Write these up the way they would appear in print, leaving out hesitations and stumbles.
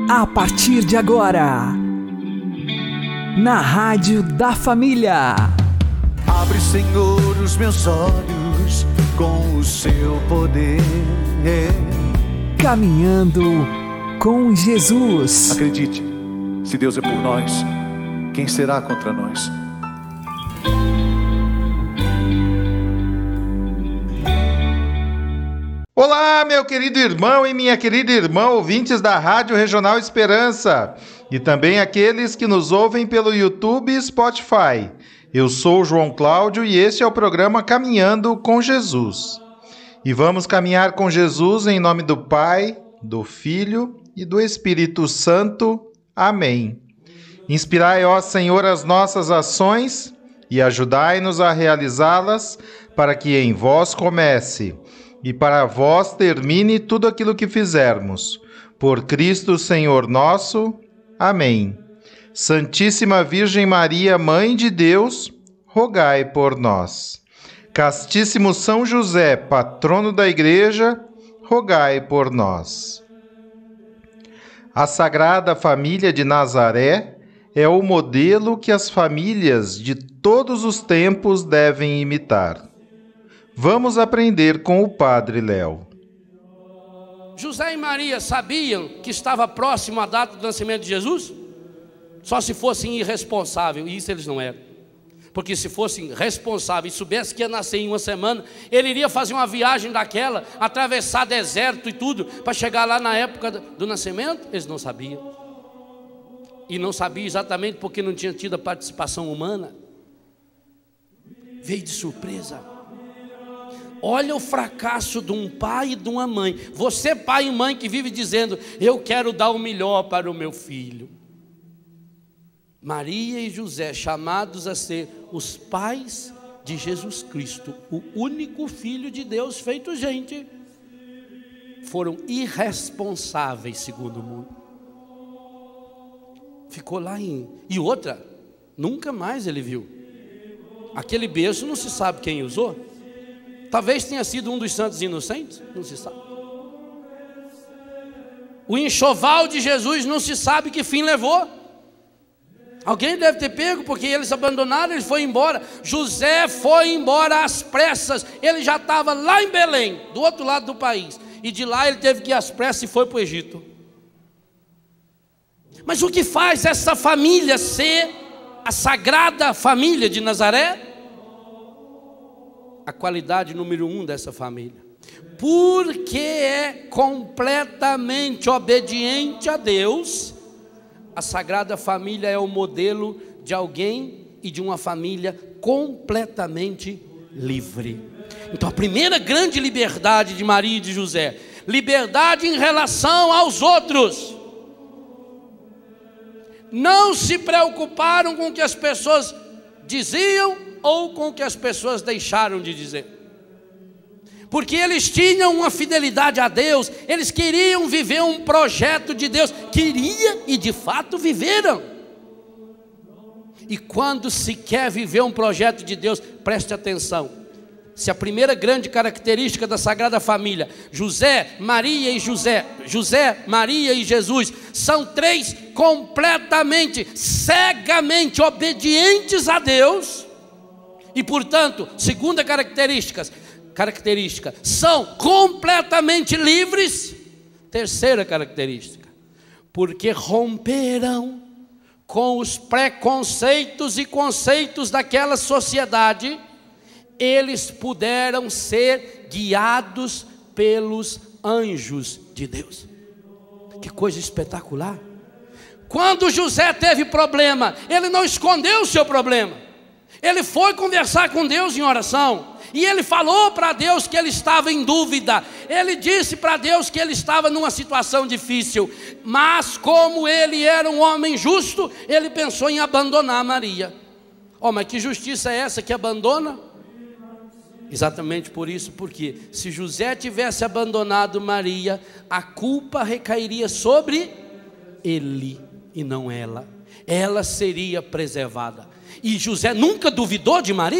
A partir de agora, na Rádio da Família. Abre, Senhor, os meus olhos com o seu poder. Caminhando com Jesus. Acredite, se Deus é por nós, quem será contra nós? Olá, meu querido irmão e minha querida irmã, ouvintes da Rádio Regional Esperança, e também aqueles que nos ouvem pelo YouTube e Spotify. Eu sou João Cláudio e este é o programa Caminhando com Jesus. E vamos caminhar com Jesus em nome do Pai, do Filho e do Espírito Santo. Amém. Inspirai, ó Senhor, as nossas ações e ajudai-nos a realizá-las, para que em vós comece e para vós termine tudo aquilo que fizermos. Por Cristo, Senhor nosso. Amém. Santíssima Virgem Maria, Mãe de Deus, rogai por nós. Castíssimo São José, patrono da Igreja, rogai por nós. A Sagrada Família de Nazaré é o modelo que as famílias de todos os tempos devem imitar. Vamos aprender com o Padre Léo. José e Maria sabiam que estava próximo a data do nascimento de Jesus? Só se fossem irresponsáveis, e isso eles não eram. Porque se fossem responsáveis e soubessem que ia nascer em uma semana, ele iria fazer uma viagem daquela, atravessar deserto e tudo, para chegar lá na época do nascimento. Eles não sabiam. E não sabiam exatamente porque não tinha tido a participação humana. Veio de surpresa. Olha o fracasso de um pai e de uma mãe. Você, pai e mãe, que vive dizendo: eu quero dar o melhor para o meu filho. Maria e José, chamados a ser os pais de Jesus Cristo, o único Filho de Deus feito gente, foram irresponsáveis, segundo o mundo. Ficou lá E outra, nunca mais ele viu. Aquele berço não se sabe quem usou. Talvez tenha sido um dos santos inocentes, não se sabe. O enxoval de Jesus não se sabe que fim levou. Alguém deve ter pego, porque eles abandonaram, ele foi embora. José foi embora às pressas. Ele já estava lá em Belém, do outro lado do país. E de lá ele teve que ir às pressas e foi para o Egito. Mas o que faz essa família ser a Sagrada Família de Nazaré? A qualidade número 1 dessa família. Porque é completamente obediente a Deus, a Sagrada Família é o modelo de alguém e de uma família completamente livre. Então a primeira grande liberdade de Maria e de José, liberdade em relação aos outros. Não se preocuparam com o que as pessoas diziam ou com o que as pessoas deixaram de dizer. Porque eles tinham uma fidelidade a Deus, eles queriam viver um projeto de Deus, queria e de fato viveram. E quando se quer viver um projeto de Deus, preste atenção. Se a primeira grande característica da Sagrada Família, José, Maria e José, Maria e Jesus, são três completamente, cegamente obedientes a Deus. E portanto, segunda característica, são completamente livres. Terceira característica, porque romperam com os preconceitos e conceitos daquela sociedade, eles puderam ser guiados pelos anjos de Deus. Que coisa espetacular. Quando José teve problema, ele não escondeu o seu problema. Ele foi conversar com Deus em oração. E ele falou para Deus que ele estava em dúvida. Ele disse para Deus que ele estava numa situação difícil. Mas como ele era um homem justo, ele pensou em abandonar Maria. Mas que justiça é essa que abandona? Exatamente por isso, porque se José tivesse abandonado Maria, a culpa recairia sobre ele e não ela. Ela seria preservada. E José nunca duvidou de Maria.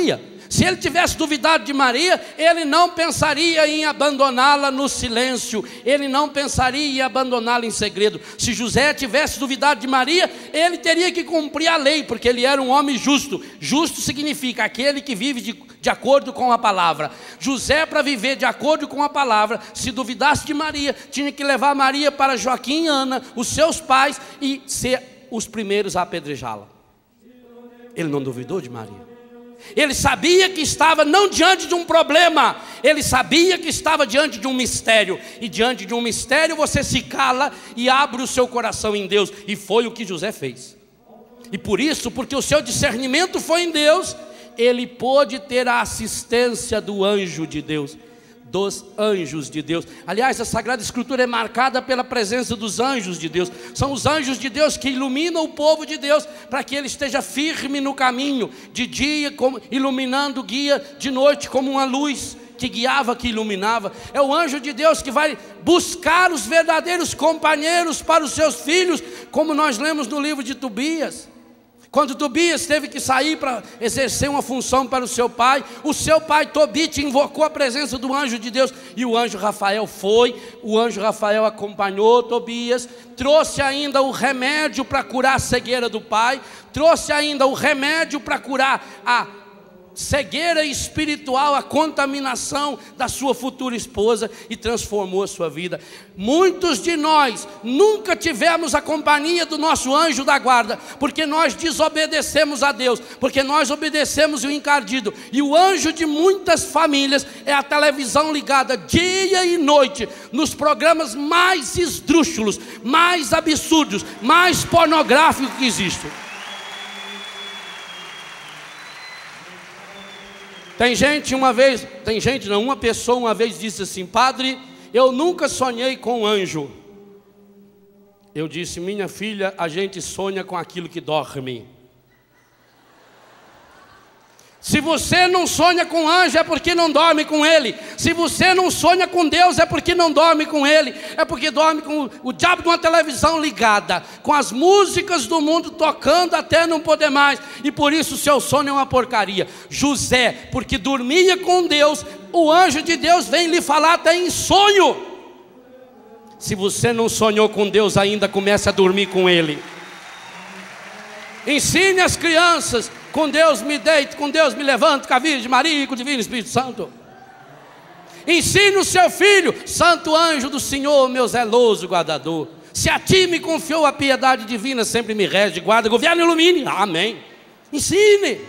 Se ele tivesse duvidado de Maria, ele não pensaria em abandoná-la no silêncio, ele não pensaria em abandoná-la em segredo. Se José tivesse duvidado de Maria, ele teria que cumprir a lei, porque ele era um homem justo. Justo significa aquele que vive de acordo com a palavra. José, para viver de acordo com a palavra, se duvidasse de Maria, tinha que levar Maria para Joaquim e Ana, os seus pais, e ser os primeiros a apedrejá-la. Ele não duvidou de Maria. Ele sabia que estava não diante de um problema, ele sabia que estava diante de um mistério. E diante de um mistério você se cala e abre o seu coração em Deus. E foi o que José fez. E por isso, porque o seu discernimento foi em Deus, ele pôde ter a assistência do anjo de Deus, dos anjos de Deus. Aliás, a Sagrada Escritura é marcada pela presença dos anjos de Deus. São os anjos de Deus que iluminam o povo de Deus, para que ele esteja firme no caminho, de dia como iluminando, guia, de noite como uma luz que guiava, que iluminava. É o anjo de Deus que vai buscar os verdadeiros companheiros para os seus filhos, como nós lemos no livro de Tobias. Quando Tobias teve que sair para exercer uma função para o seu pai Tobit invocou a presença do anjo de Deus, e o anjo Rafael foi, o anjo Rafael acompanhou Tobias, trouxe ainda o remédio para curar a cegueira do pai, trouxe ainda o remédio para curar a cegueira espiritual, a contaminação da sua futura esposa, e transformou a sua vida. Muitos de nós nunca tivemos a companhia do nosso anjo da guarda, porque nós desobedecemos a Deus, porque nós obedecemos o encardido. E o anjo de muitas famílias é a televisão ligada dia e noite nos programas mais esdrúxulos, mais absurdos, mais pornográficos que existem. Uma pessoa uma vez disse assim: padre, eu nunca sonhei com um anjo. Eu disse: minha filha, a gente sonha com aquilo que dorme. Se você não sonha com anjo, é porque não dorme com ele. Se você não sonha com Deus, é porque não dorme com ele. É porque dorme com o diabo de uma televisão ligada, com as músicas do mundo tocando até não poder mais. E por isso o seu sono é uma porcaria. José, porque dormia com Deus, o anjo de Deus vem lhe falar até em sonho. Se você não sonhou com Deus ainda, comece a dormir com ele. Ensine as crianças: com Deus me deito, com Deus me levanto, com a Virgem Maria e com o Divino Espírito Santo. Ensine o seu filho: santo anjo do Senhor, meu zeloso guardador, se a ti me confiou a piedade divina, sempre me rege, guarda, governa e ilumine. Amém. Ensine.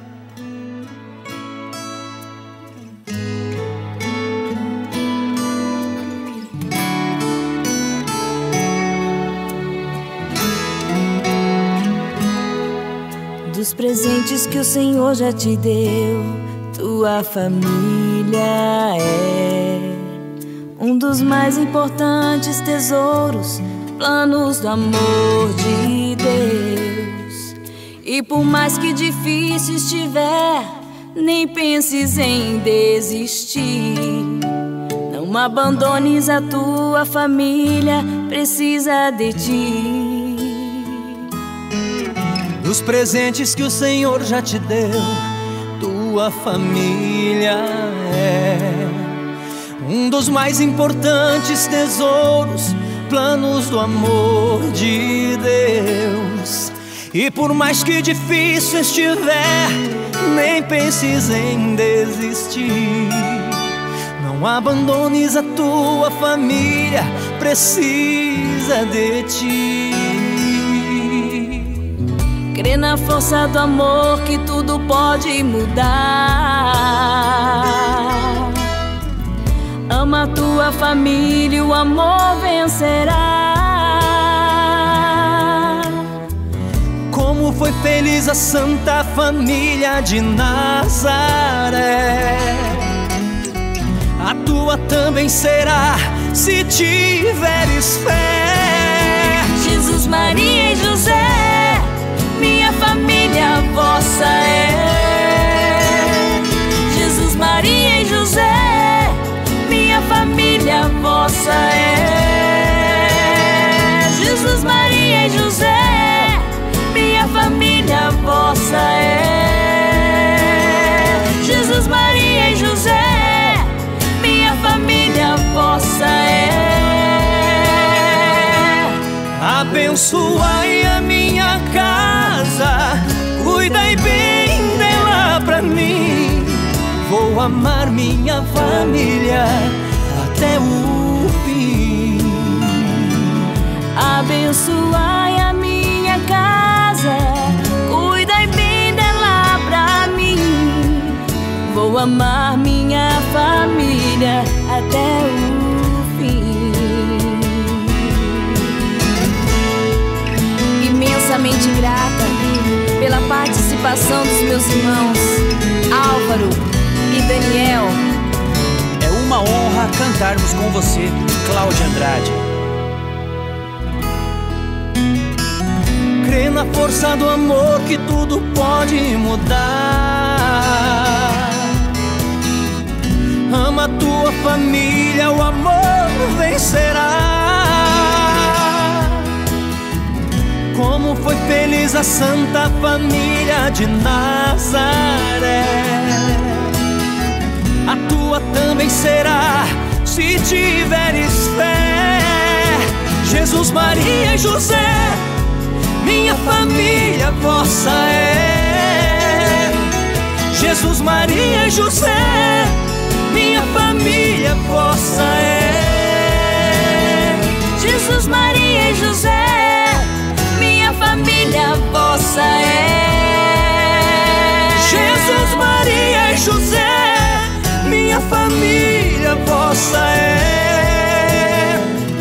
Dos presentes que o Senhor já te deu, tua família é um dos mais importantes tesouros, planos do amor de Deus. E por mais que difícil estiver, nem penses em desistir. Não abandones a tua família, precisa de ti. Dos presentes que o Senhor já te deu, tua família é um dos mais importantes tesouros, planos do amor de Deus. E por mais que difícil estiver, nem penses em desistir. Não abandones a tua família, precisa de ti. Crê na força do amor que tudo pode mudar. Ama a tua família, o amor vencerá. Como foi feliz a Santa Família de Nazaré, a tua também será, se tiveres fé. Jesus, Maria e José, minha família vossa é. Jesus, Maria e José, minha família vossa é. Jesus, Maria e José, minha família vossa é. Abençoai a minha casa, cuidai bem dela pra mim. Vou amar minha família até o fim. Abençoai a minha casa, cuidai bem dela pra mim. Vou amar minha família até o fim. Imensamente grata pela participação dos meus irmãos Álvaro e Daniel. É uma honra cantarmos com você, Cláudia Andrade. Crê na força do amor que tudo pode mudar. Ama a tua família, o amor vencerá. Como foi feliz a Santa Família de Nazaré, a tua também será, se tiveres fé. Jesus, Maria e José, minha família vossa é. Jesus, Maria e José, minha família vossa é. Jesus, Maria e José, minha família vossa é. Jesus, Maria e José, minha família vossa é.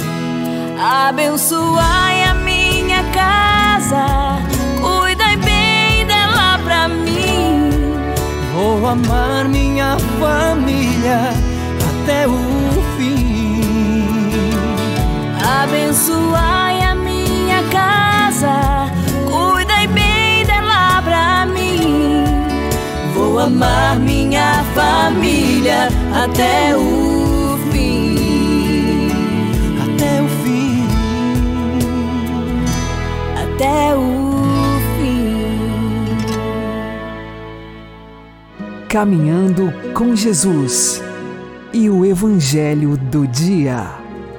Abençoai a minha casa, cuidai bem dela pra mim. Vou amar minha família até o fim. Abençoai a minha casa, cuidai bem dela pra mim. Vou amar minha família até o fim. Até o fim. Até o fim. Caminhando com Jesus e o Evangelho do Dia.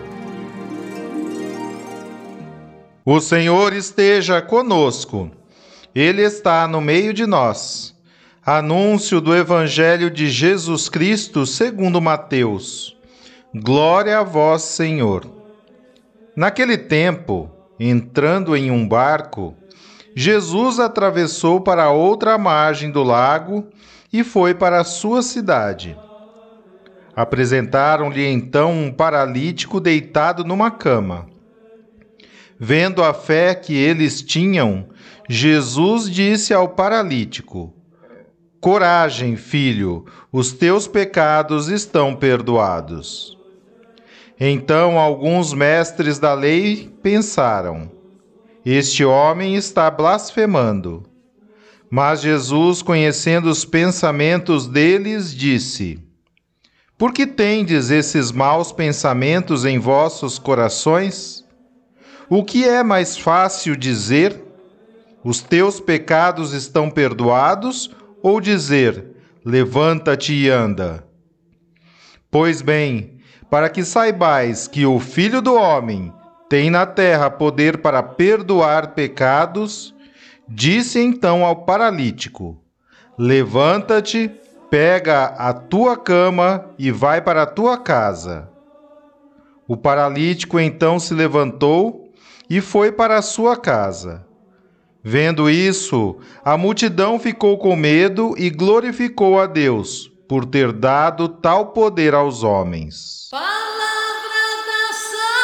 O Senhor esteja conosco. Ele está no meio de nós. Anúncio do Evangelho de Jesus Cristo segundo Mateus. Glória a vós, Senhor. Naquele tempo, entrando em um barco, Jesus atravessou para a outra margem do lago e foi para a sua cidade. Apresentaram-lhe então um paralítico deitado numa cama. Vendo a fé que eles tinham, Jesus disse ao paralítico: Coragem, filho, os teus pecados estão perdoados. Então alguns mestres da lei pensaram: Este homem está blasfemando. Mas Jesus, conhecendo os pensamentos deles, disse: Por que tendes esses maus pensamentos em vossos corações? O que é mais fácil dizer: Os teus pecados estão perdoados, ou dizer: Levanta-te e anda? Pois bem, para que saibais que o Filho do Homem tem na terra poder para perdoar pecados, disse então ao paralítico: Levanta-te, pega a tua cama e vai para a tua casa. O paralítico então se levantou e foi para a sua casa. Vendo isso, a multidão ficou com medo e glorificou a Deus por ter dado tal poder aos homens. Palavra da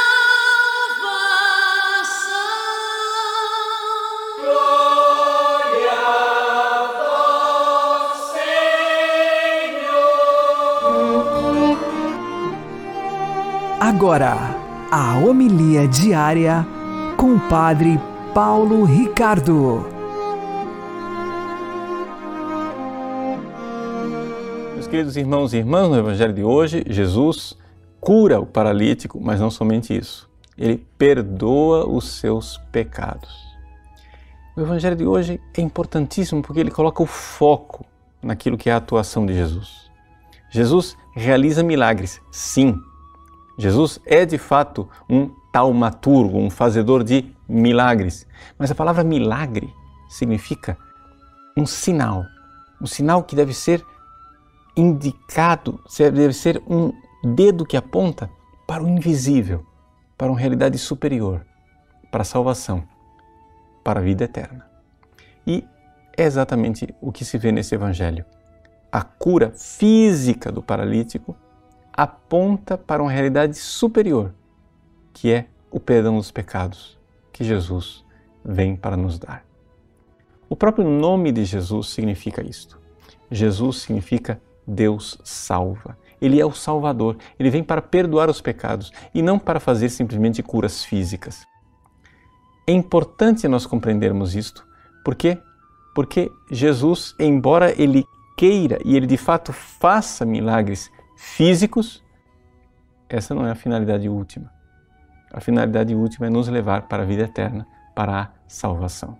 salvação. Glória a vós, Senhor. Agora, a homilia diária com o Padre Paulo Ricardo. Meus queridos irmãos e irmãs, no Evangelho de hoje, Jesus cura o paralítico, mas não somente isso. Ele perdoa os seus pecados. O Evangelho de hoje é importantíssimo porque ele coloca o foco naquilo que é a atuação de Jesus. Jesus realiza milagres, sim. Jesus é de fato um taumaturgo, um fazedor de milagres. Mas a palavra milagre significa um sinal que deve ser indicado, deve ser um dedo que aponta para o invisível, para uma realidade superior, para a salvação, para a vida eterna. E é exatamente o que se vê nesse Evangelho. A cura física do paralítico aponta para uma realidade superior, que é o perdão dos pecados que Jesus vem para nos dar. O próprio nome de Jesus significa isto. Jesus significa Deus salva. Ele é o Salvador. Ele vem para perdoar os pecados e não para fazer simplesmente curas físicas. É importante nós compreendermos isto. Por quê? Porque Jesus, embora Ele queira e Ele de fato faça milagres físicos, essa não é a finalidade última. A finalidade última é nos levar para a vida eterna, para a salvação.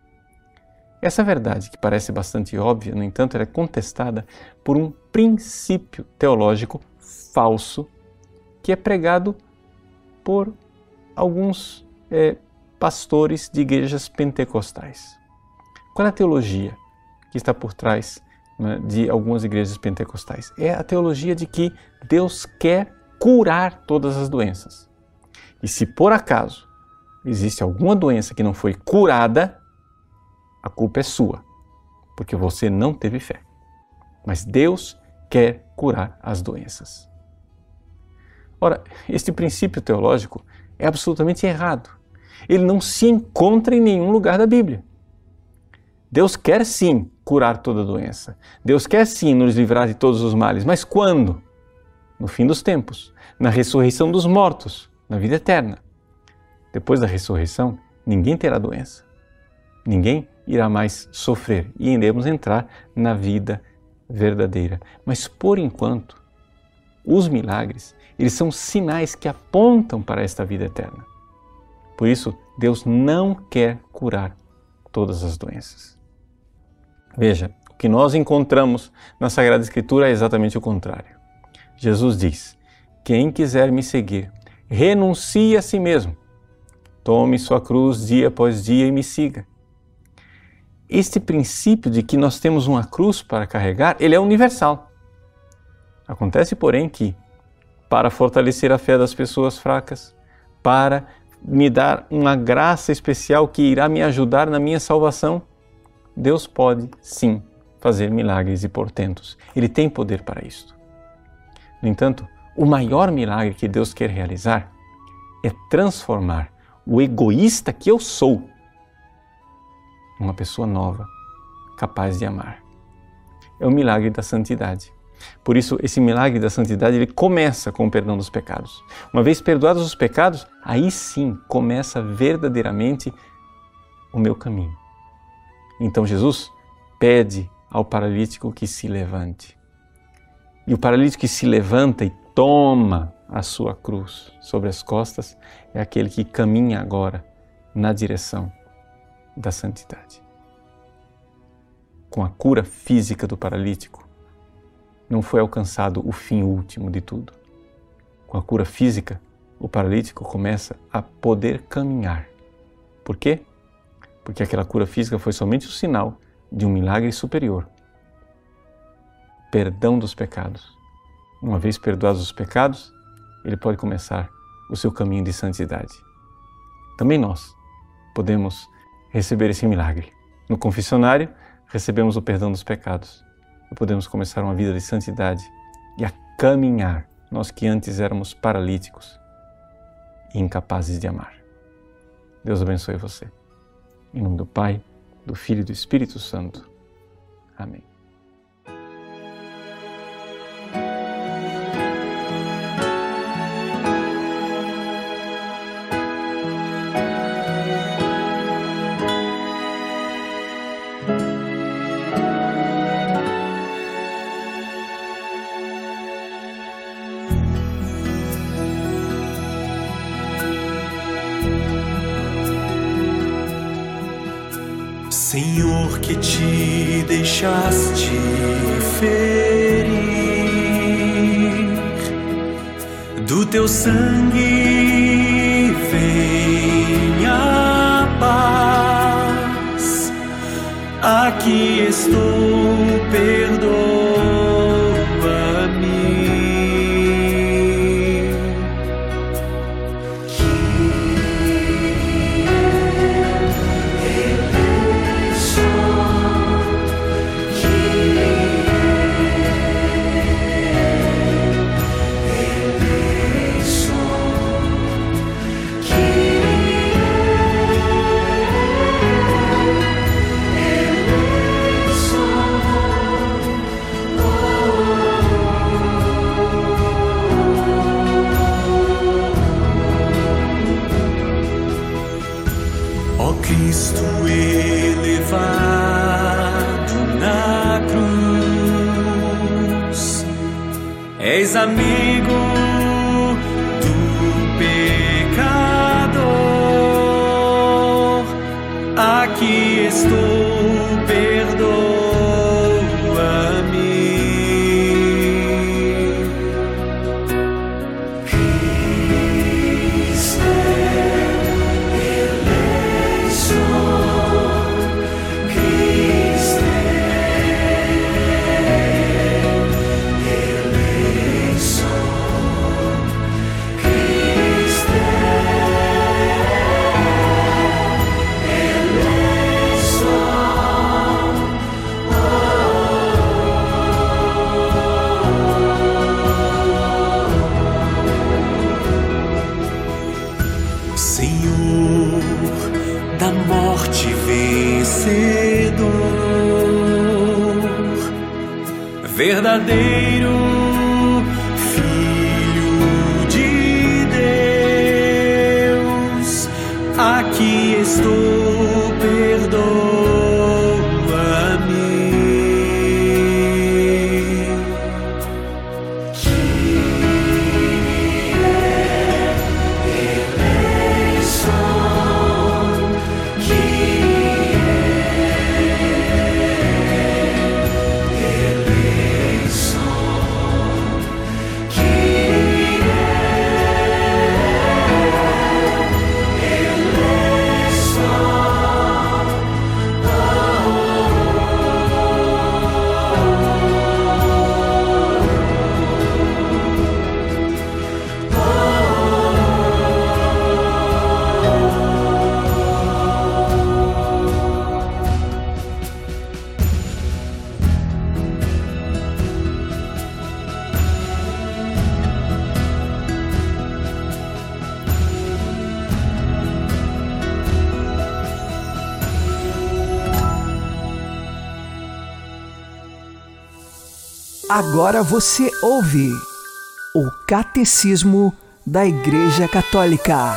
Essa verdade, que parece bastante óbvia, no entanto, ela é contestada por um princípio teológico falso que é pregado por alguns pastores de igrejas pentecostais. Qual é a teologia que está por trás, né, de algumas igrejas pentecostais? É a teologia de que Deus quer curar todas as doenças. E se por acaso existe alguma doença que não foi curada, a culpa é sua, porque você não teve fé. Mas Deus quer curar as doenças. Ora, este princípio teológico é absolutamente errado. Ele não se encontra em nenhum lugar da Bíblia. Deus quer sim curar toda doença. Deus quer sim nos livrar de todos os males. Mas quando? No fim dos tempos, na ressurreição dos mortos, na vida eterna. Depois da ressurreição, ninguém terá doença. Ninguém irá mais sofrer e iremos entrar na vida verdadeira. Mas por enquanto, os milagres, eles são sinais que apontam para esta vida eterna. Por isso, Deus não quer curar todas as doenças. Veja, o que nós encontramos na Sagrada Escritura é exatamente o contrário. Jesus diz: quem quiser me seguir, renuncie a si mesmo. Tome sua cruz dia após dia e me siga. Este princípio de que nós temos uma cruz para carregar, ele é universal. Acontece, porém, que para fortalecer a fé das pessoas fracas, para me dar uma graça especial que irá me ajudar na minha salvação, Deus pode, sim, fazer milagres e portentos. Ele tem poder para isto. No entanto, o maior milagre que Deus quer realizar é transformar o egoísta que eu sou uma pessoa nova, capaz de amar. É o milagre da santidade. Por isso, esse milagre da santidade, ele começa com o perdão dos pecados. Uma vez perdoados os pecados, aí sim começa verdadeiramente o meu caminho. Então Jesus pede ao paralítico que se levante. E o paralítico que se levanta e toma a sua cruz sobre as costas é aquele que caminha agora na direção da santidade. Com a cura física do paralítico, não foi alcançado o fim último de tudo. Com a cura física, o paralítico começa a poder caminhar. Por quê? Porque aquela cura física foi somente o sinal de um milagre superior. Perdão dos pecados. Uma vez perdoados os pecados, ele pode começar o seu caminho de santidade. Também nós podemos receber esse milagre. No confessionário, recebemos o perdão dos pecados e podemos começar uma vida de santidade e a caminhar, nós que antes éramos paralíticos e incapazes de amar. Deus abençoe você. Em nome do Pai, do Filho e do Espírito Santo. Amém. Senhor, que te deixaste ferir, do teu sangue aqui estou, perdoa-me. Ó Cristo elevado na cruz, és amigo do pecador. Aqui estou, perdoa-me. Senhor da morte vencedor, verdadeiro Filho de Deus, aqui estou, perdoa-me. Agora você ouve o Catecismo da Igreja Católica.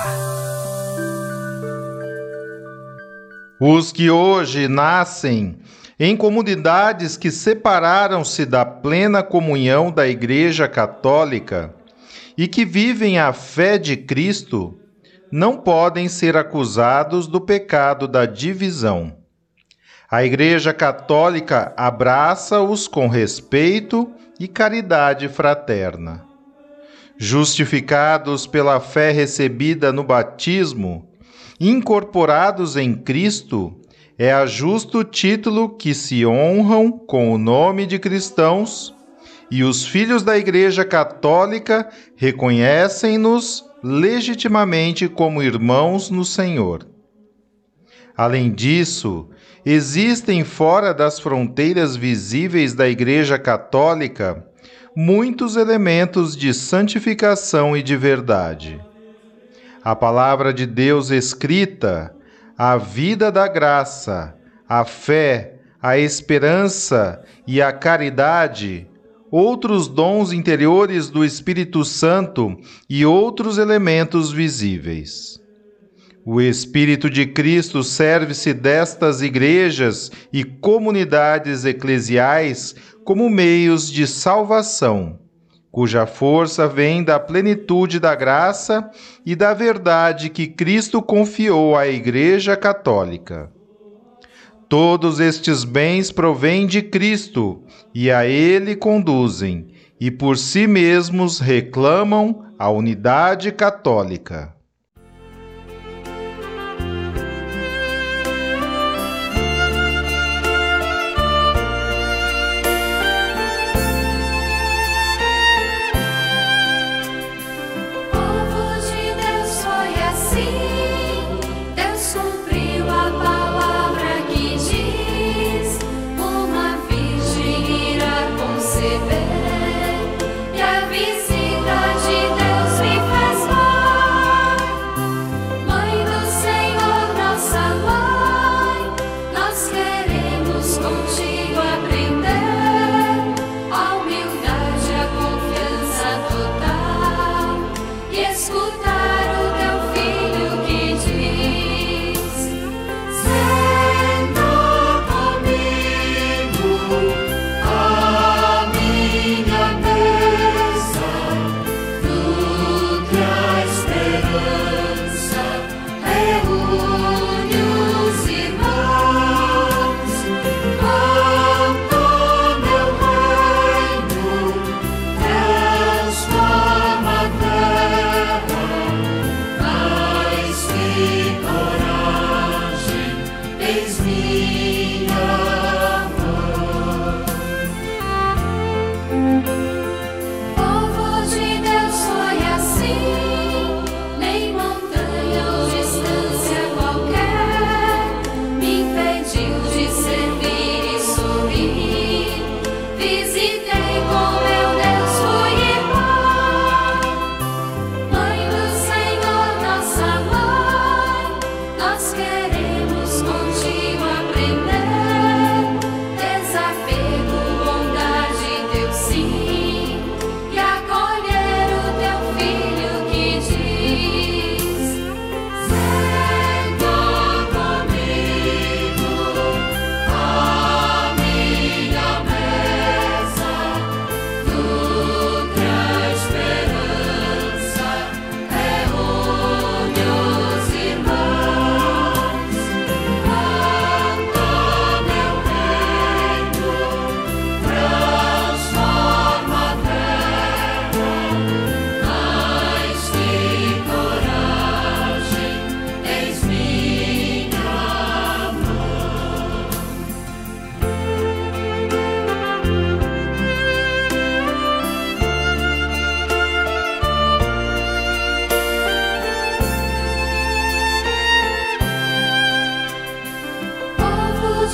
Os que hoje nascem em comunidades que separaram-se da plena comunhão da Igreja Católica e que vivem a fé de Cristo, não podem ser acusados do pecado da divisão. A Igreja Católica abraça-os com respeito e caridade fraterna. Justificados pela fé recebida no batismo, incorporados em Cristo, é a justo título que se honram com o nome de cristãos, e os filhos da Igreja Católica reconhecem-nos legitimamente como irmãos no Senhor. Além disso, existem fora das fronteiras visíveis da Igreja Católica muitos elementos de santificação e de verdade. A palavra de Deus escrita, a vida da graça, a fé, a esperança e a caridade, outros dons interiores do Espírito Santo e outros elementos visíveis. O Espírito de Cristo serve-se destas igrejas e comunidades eclesiais como meios de salvação, cuja força vem da plenitude da graça e da verdade que Cristo confiou à Igreja Católica. Todos estes bens provêm de Cristo e a Ele conduzem, e por si mesmos reclamam a unidade católica.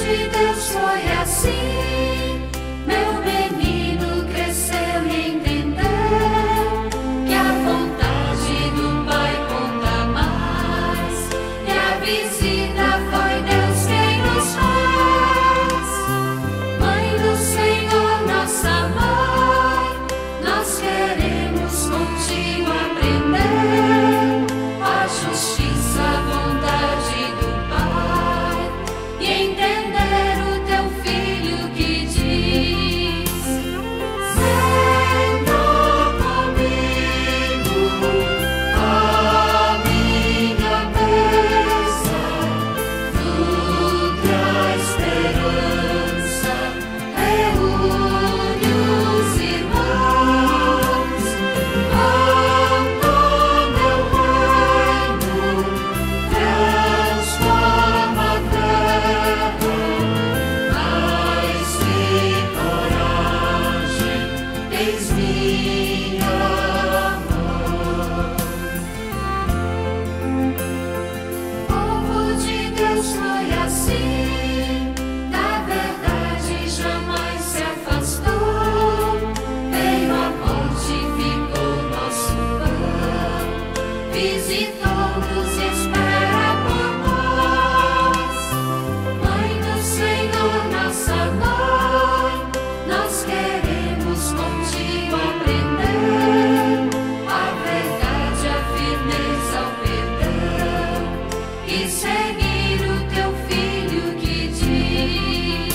de Deus foi assim. Meu menino cresceu e entendeu que a vontade do Pai conta mais, e a visita foi Deus quem nos faz. Mãe do Senhor, nossa mãe, nós queremos contigo aprender a justiça, a vontade do Pai, e entender o teu filho que diz: senta comigo à minha mesa, nutre a esperança, reúne os irmãos, anda meu reino, transforma a terra, dai-me coragem, eis minha mão. Povo de Deus foi assim, da verdade jamais se afastou, veio a morte, ficou nosso pão, visitou-nos e espera por nós. Mãe do Senhor, nossa mãe, nós queremos contigo aprender a verdade, a firmeza, o perdão, e seguir o teu filho que diz: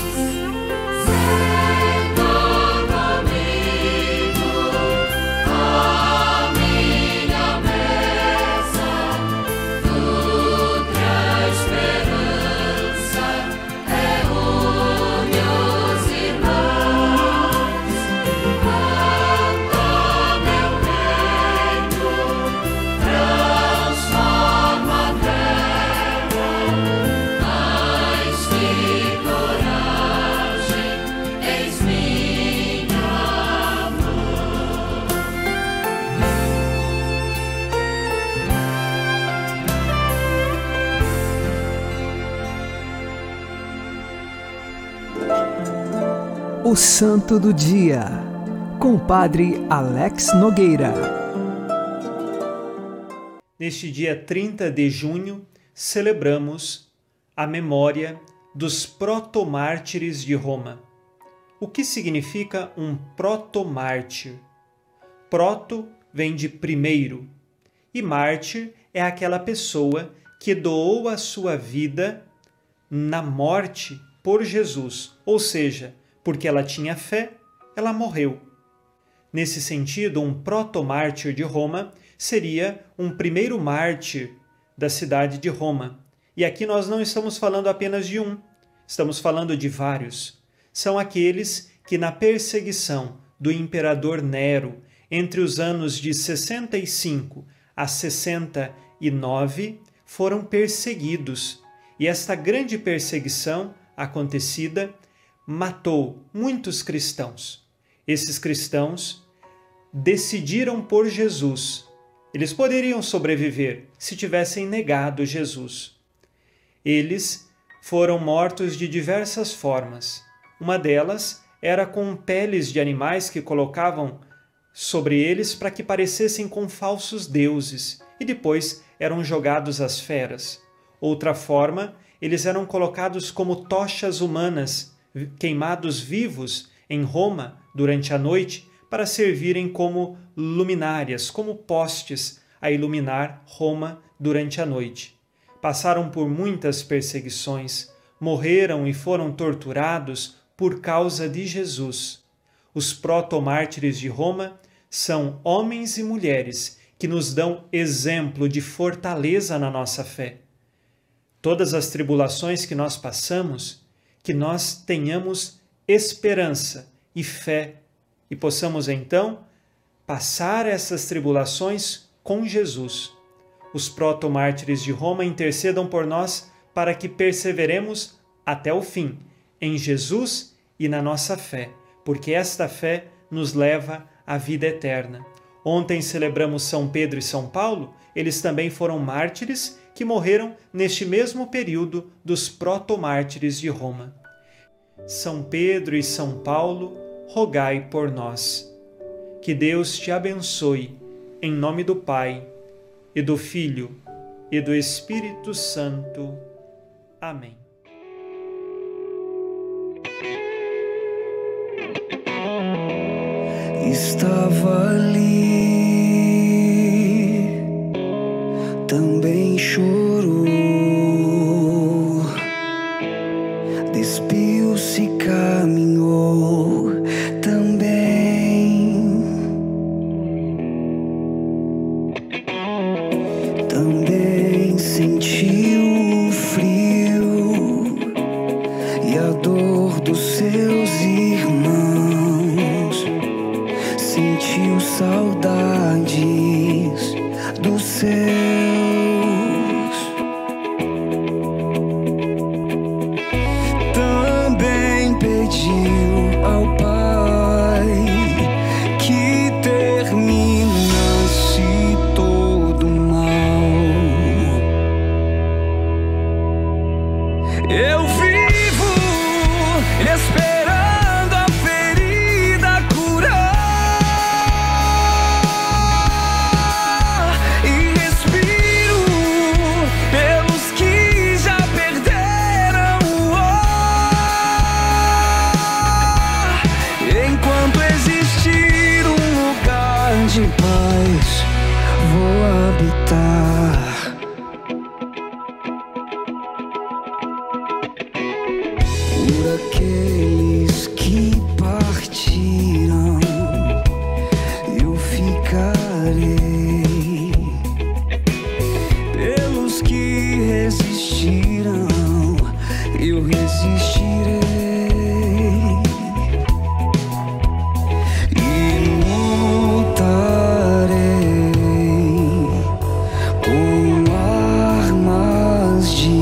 senta comigo à minha mesa, nutre a esperança, reúne os irmãos, anda meu reino, transforma a terra, dai-me coragem, eis minha mão. O Santo do Dia, com o Padre Alex Nogueira. Neste dia 30 de junho, celebramos a memória dos protomártires de Roma. O que significa um protomártir? Proto vem de primeiro, e mártir é aquela pessoa que doou a sua vida na morte por Jesus, ou seja, porque ela tinha fé, ela morreu. Nesse sentido, um protomártir de Roma seria um primeiro mártir da cidade de Roma. E aqui nós não estamos falando apenas de um, estamos falando de vários. São aqueles que na perseguição do imperador Nero, entre os anos de 65 a 69, foram perseguidos. E esta grande perseguição acontecida matou muitos cristãos. Esses cristãos decidiram por Jesus. Eles poderiam sobreviver se tivessem negado Jesus. Eles foram mortos de diversas formas. Uma delas era com peles de animais que colocavam sobre eles para que parecessem com falsos deuses e depois eram jogados às feras. Outra forma, eles eram colocados como tochas humanas, queimados vivos em Roma durante a noite para servirem como luminárias, como postes a iluminar Roma durante a noite. Passaram por muitas perseguições, morreram e foram torturados por causa de Jesus. Os protomártires de Roma são homens e mulheres que nos dão exemplo de fortaleza na nossa fé. Todas as tribulações que nós passamos, que nós tenhamos esperança e fé e possamos então passar essas tribulações com Jesus. Os protomártires de Roma intercedam por nós para que perseveremos até o fim em Jesus e na nossa fé, porque esta fé nos leva à vida eterna. Ontem celebramos São Pedro e São Paulo, eles também foram mártires que morreram neste mesmo período dos protomártires de Roma. São Pedro e São Paulo, rogai por nós. Que Deus te abençoe, em nome do Pai, e do Filho, e do Espírito Santo. Amém. Estava ali, também chorou, despiu-se, caminhou também, sentiu o frio e a dor dos seus irmãos, sentiu saudades dos seus. Também pediu ao Pai que terminasse todo mal. Eu vivo esperando a ferida curar e respiro pelos que já perderam o ar. Enquanto existir um lugar de paz, vou habitar. Por aqueles que partiram, eu ficarei. Pelos que resistiram, eu resistirei. E lutarei com armas de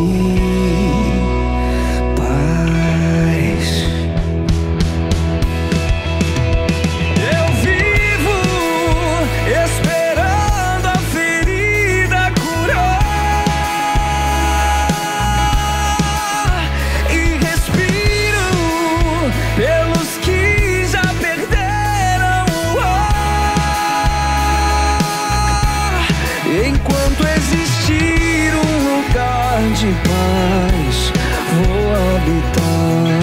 enquanto existir um lugar de paz, vou habitar.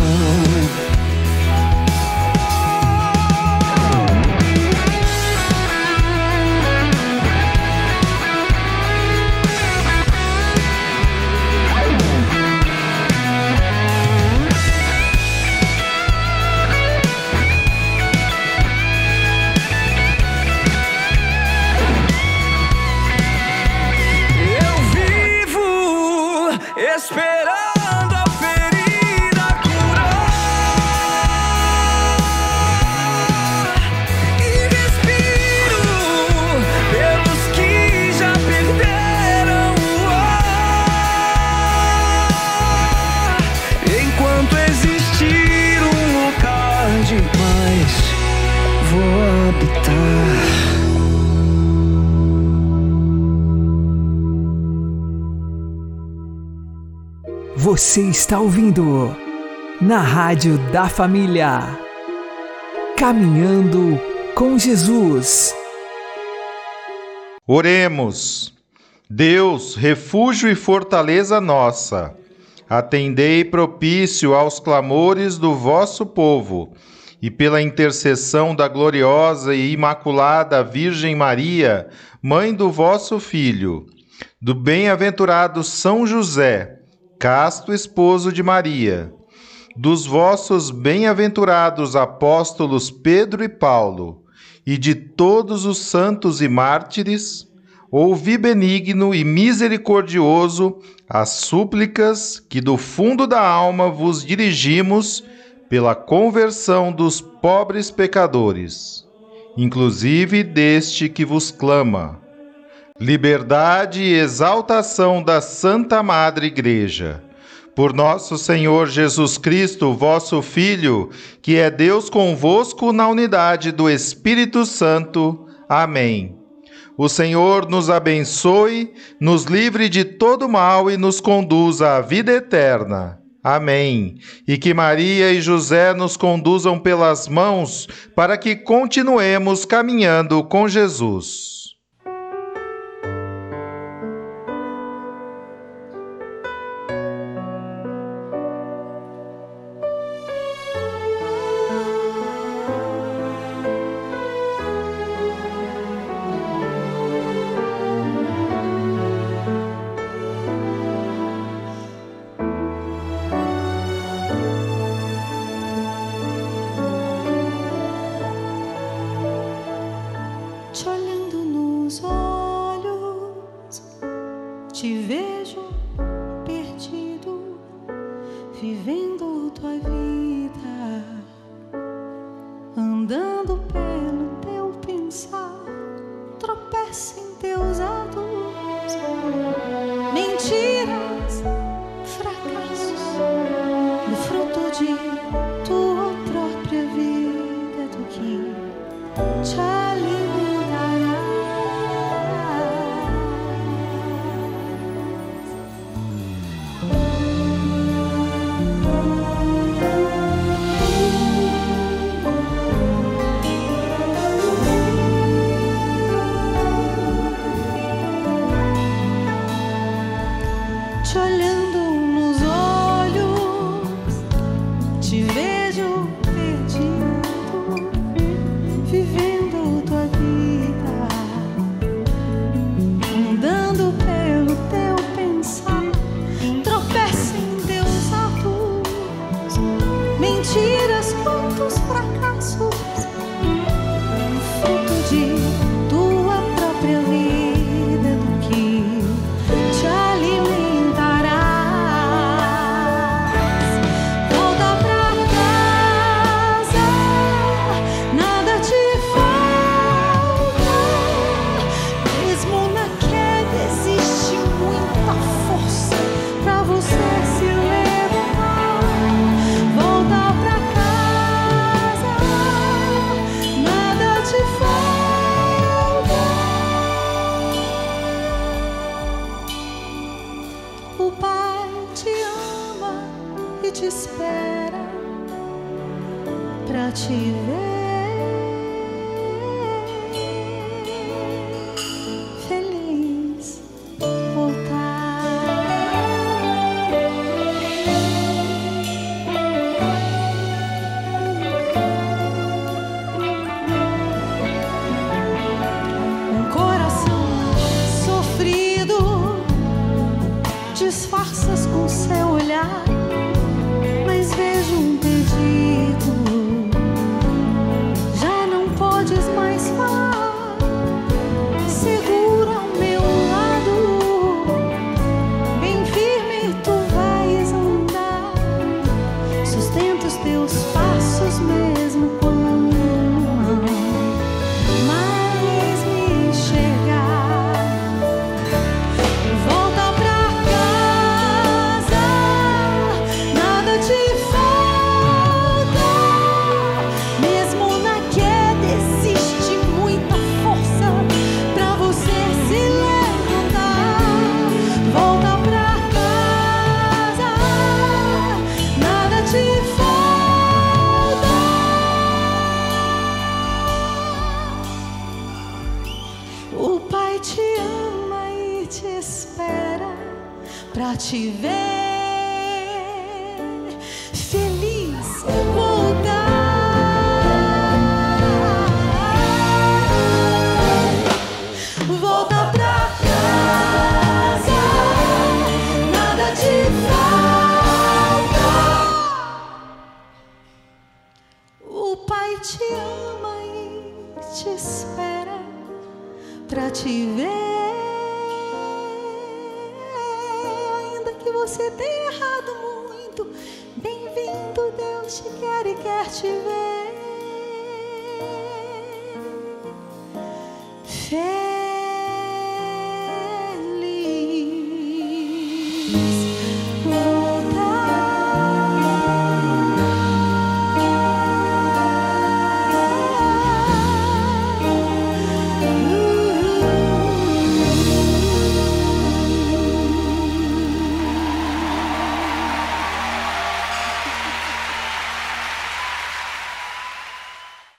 Esperando a ferida curar e respiro pelos que já perderam o ar. Enquanto existir um lugar de paz, vou habitar. Você está ouvindo na Rádio da Família, Caminhando com Jesus. Oremos. Deus, refúgio e fortaleza nossa, atendei propício aos clamores do vosso povo, e pela intercessão da gloriosa e imaculada Virgem Maria, mãe do vosso Filho, do bem-aventurado São José, casto esposo de Maria, dos vossos bem-aventurados apóstolos Pedro e Paulo, e de todos os santos e mártires, ouvi benigno e misericordioso as súplicas que do fundo da alma vos dirigimos pela conversão dos pobres pecadores, inclusive deste que vos clama. Liberdade e exaltação da Santa Madre Igreja. Por nosso Senhor Jesus Cristo, vosso Filho, que é Deus convosco na unidade do Espírito Santo. Amém. O Senhor nos abençoe, nos livre de todo mal e nos conduza à vida eterna. Amém. E que Maria e José nos conduzam pelas mãos para que continuemos caminhando com Jesus. Te olhando nos olhos, te vejo perdido, vivendo tua vida, andando pelo teu pensar, tropeça em teus atos, mentiras, fracassos, no fruto de tua própria vida, do que te alimentará. Te olhando nos olhos, te vejo perdido, vivendo tua vida, andando pelo teu pensar, tropeça em teus atos, mentiras, quantos fracassos, fruto de tua própria vida, do que te alimentarás. Volta pra casa, nada te falta, mesmo na queda existe muita força pra você se levantar. Volta pra casa, nada te falta. O Pai te ama e te espera pra te ver feliz, voltar. Um coração sofrido disfarças com seu olhar, mas vejo um perdido, já não podes mais falar. Segura ao meu lado, bem firme tu vais andar, sustenta os teus passos mesmo quando não mais me enxergar. Volta pra casa, nada te falta, mesmo na queda existe muita força pra você se levantar. Volta pra casa, nada te falta. O Pai te ama e te espera pra te ver feliz, voltar. Volta pra casa, nada te falta. O Pai te ama e te espera pra te ver, ainda que você tenha errado muito. Bem-vindo, Deus te quer e quer te ver.